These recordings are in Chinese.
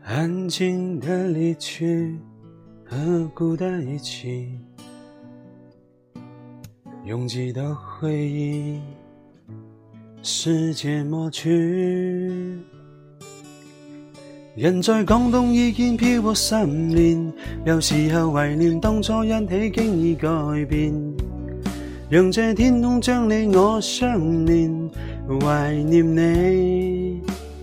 安静的离去，和孤单一起，拥挤的回忆，時間抹去。人在廣東已經漂泊3年，有時候懷念當初一起經已改變，讓這天空將你我相連，懷念你。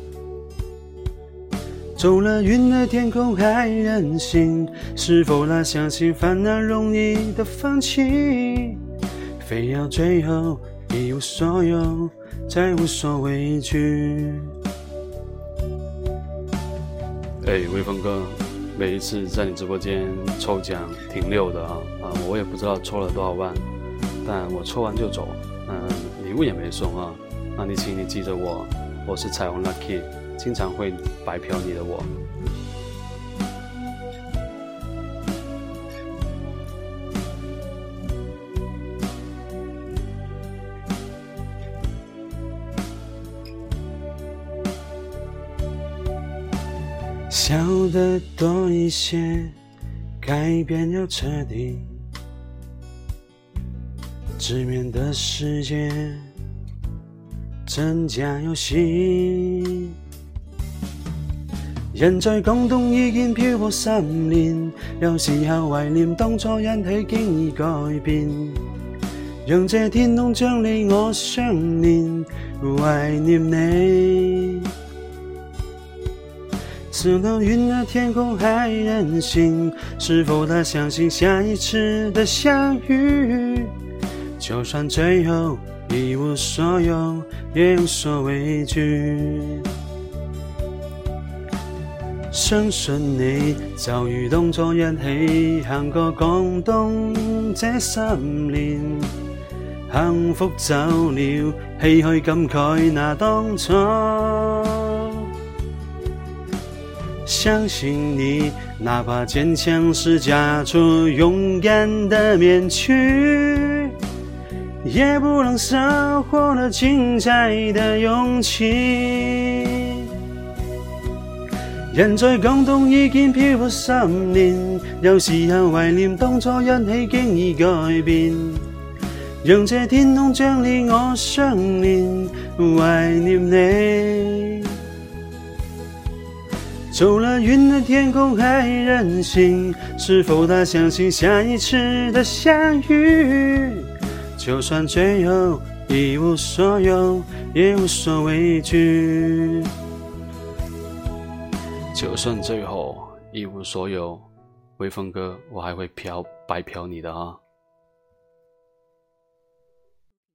走了雲的天空還任性，是否他相信煩惱容易的放棄，非要最後一無所有，再無所畏懼。 微风哥，每一次在你直播间抽奖挺溜的啊！我也不知道抽了多少万，但我抽完就走，礼物也没送啊。那你请你记着我，我是彩虹 Lucky， 经常会白嫖你的我。 笑得多一些，改变要彻底，直面的世界增加遊戲。人在廣東已經漂泊3年，有時候懷念當初一起經已改變，讓這天空將你我相連，懷念你。走到雲的天空還任性，是否他相信下一次的相遇，就算最後一無所有，也無所畏懼。相信你就如當初一起行過廣東這3年，幸福走了，唏噓感慨那當初。相信你，哪怕堅強是假出勇敢的面具，也不能收穫了精彩的勇氣。人在廣東已經漂泊3年，有時候懷念當初一起經已改變，讓這天空將你我相連，懷念你。走了雲的天空還任性，是否他相信下一次的相遇，就算最後一無所有，也無所畏懼。 就算最後一無所有，微風哥，我還會白嫖你的啊！